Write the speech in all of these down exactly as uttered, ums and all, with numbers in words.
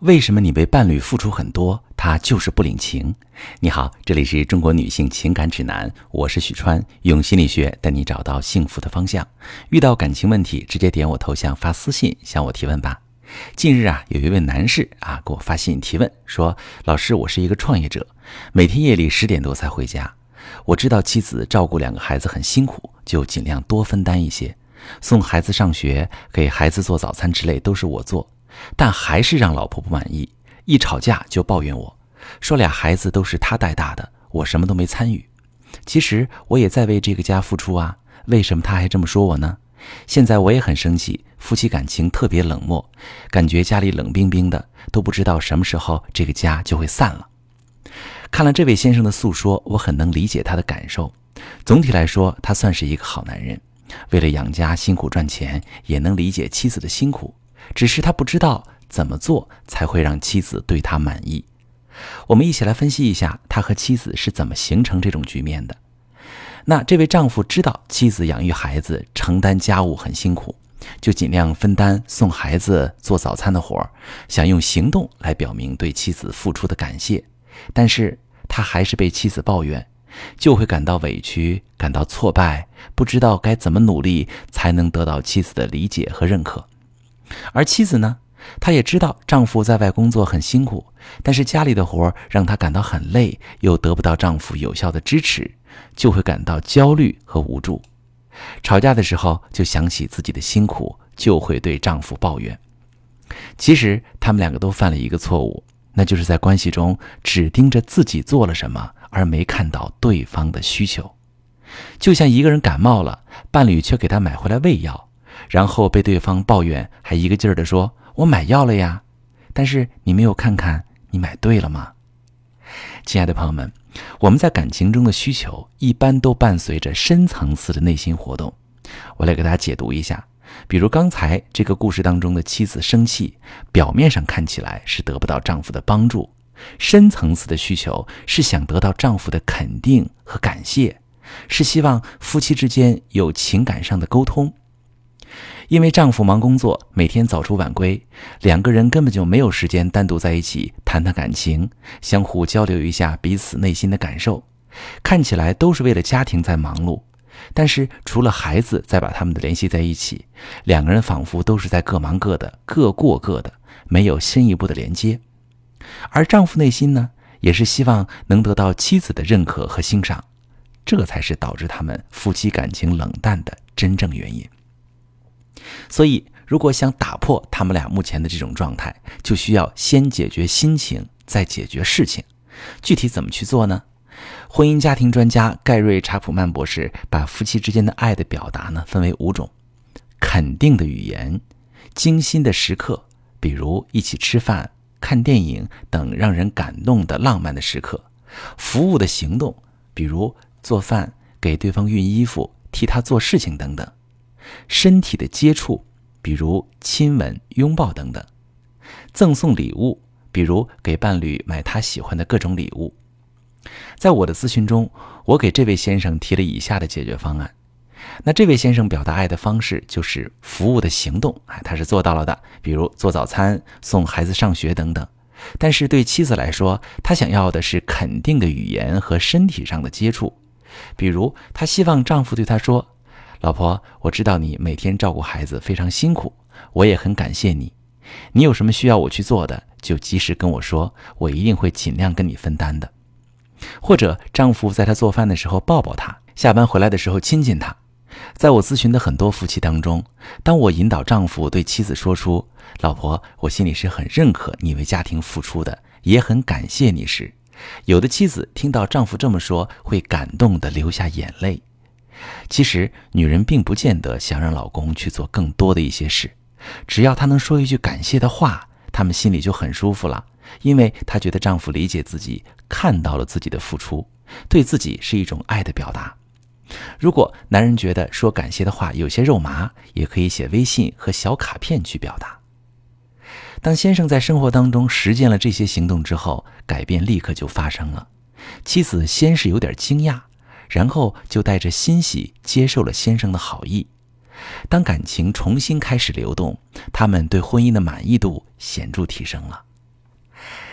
为什么你为伴侣付出很多，他就是不领情？你好，这里是中国女性情感指南，我是许川，用心理学带你找到幸福的方向。遇到感情问题，直接点我头像发私信向我提问吧。近日啊，有一位男士啊给我发信提问说，老师，我是一个创业者，每天夜里十点多才回家。我知道妻子照顾两个孩子很辛苦，就尽量多分担一些，送孩子上学，给孩子做早餐之类都是我做，但还是让老婆不满意，一吵架就抱怨我，说俩孩子都是他带大的，我什么都没参与。其实我也在为这个家付出啊，为什么他还这么说我呢？现在我也很生气，夫妻感情特别冷漠，感觉家里冷冰冰的，都不知道什么时候这个家就会散了。看了这位先生的诉说，我很能理解他的感受。总体来说，他算是一个好男人，为了养家辛苦赚钱，也能理解妻子的辛苦，只是他不知道怎么做才会让妻子对他满意。我们一起来分析一下他和妻子是怎么形成这种局面的。那这位丈夫知道妻子养育孩子承担家务很辛苦，就尽量分担送孩子做早餐的活，想用行动来表明对妻子付出的感谢，但是他还是被妻子抱怨，就会感到委屈，感到挫败，不知道该怎么努力才能得到妻子的理解和认可。而妻子呢，她也知道丈夫在外工作很辛苦，但是家里的活让她感到很累，又得不到丈夫有效的支持，就会感到焦虑和无助。吵架的时候就想起自己的辛苦，就会对丈夫抱怨。其实他们两个都犯了一个错误，那就是在关系中只盯着自己做了什么，而没看到对方的需求。就像一个人感冒了，伴侣却给他买回来胃药，然后被对方抱怨，还一个劲儿地说，我买药了呀，但是你没有看看你买对了吗？亲爱的朋友们，我们在感情中的需求一般都伴随着深层次的内心活动。我来给大家解读一下，比如刚才这个故事当中的妻子生气，表面上看起来是得不到丈夫的帮助，深层次的需求是想得到丈夫的肯定和感谢，是希望夫妻之间有情感上的沟通。因为丈夫忙工作，每天早出晚归，两个人根本就没有时间单独在一起谈谈感情，相互交流一下彼此内心的感受。看起来都是为了家庭在忙碌，但是除了孩子再把他们的联系在一起，两个人仿佛都是在各忙各的，各过各的，没有深一步的连接。而丈夫内心呢，也是希望能得到妻子的认可和欣赏，这才是导致他们夫妻感情冷淡的真正原因。所以如果想打破他们俩目前的这种状态，就需要先解决心情，再解决事情。具体怎么去做呢？婚姻家庭专家盖瑞·查普曼博士把夫妻之间的爱的表达呢分为五种：肯定的语言、精心的时刻，比如一起吃饭、看电影等让人感动的浪漫的时刻；服务的行动，比如做饭、给对方熨衣服、替他做事情等等；身体的接触，比如亲吻、拥抱等等；赠送礼物，比如给伴侣买他喜欢的各种礼物。在我的咨询中，我给这位先生提了以下的解决方案。那这位先生表达爱的方式就是服务的行动，他是做到了的，比如做早餐、送孩子上学等等。但是对妻子来说，她想要的是肯定的语言和身体上的接触，比如她希望丈夫对她说，老婆，我知道你每天照顾孩子非常辛苦，我也很感谢你。你有什么需要我去做的，就及时跟我说，我一定会尽量跟你分担的。或者丈夫在她做饭的时候抱抱她，下班回来的时候亲近她。在我咨询的很多夫妻当中，当我引导丈夫对妻子说出，老婆，我心里是很认可你为家庭付出的，也很感谢你时，有的妻子听到丈夫这么说，会感动地流下眼泪。其实女人并不见得想让老公去做更多的一些事，只要她能说一句感谢的话，她们心里就很舒服了，因为她觉得丈夫理解自己，看到了自己的付出，对自己是一种爱的表达。如果男人觉得说感谢的话有些肉麻，也可以写微信和小卡片去表达。当先生在生活当中实践了这些行动之后，改变立刻就发生了。妻子先是有点惊讶，然后就带着欣喜接受了先生的好意。当感情重新开始流动，他们对婚姻的满意度显著提升了。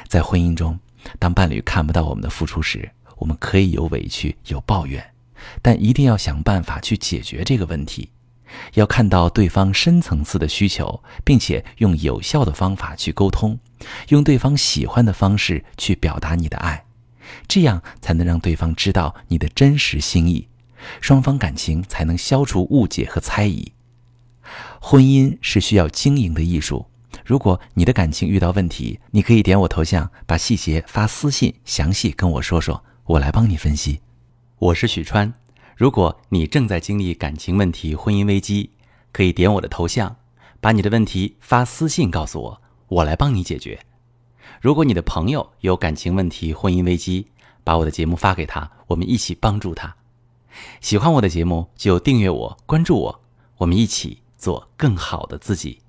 在婚姻中，当伴侣看不到我们的付出时，我们可以有委屈，有抱怨，但一定要想办法去解决这个问题。要看到对方深层次的需求，并且用有效的方法去沟通，用对方喜欢的方式去表达你的爱，这样才能让对方知道你的真实心意，双方感情才能消除误解和猜疑。婚姻是需要经营的艺术，如果你的感情遇到问题，你可以点我头像，把细节发私信详细跟我说说，我来帮你分析。我是许川，如果你正在经历感情问题、婚姻危机，可以点我的头像，把你的问题发私信告诉我，我来帮你解决。如果你的朋友有感情问题、婚姻危机，把我的节目发给他，我们一起帮助他。喜欢我的节目就订阅我、关注我，我们一起做更好的自己。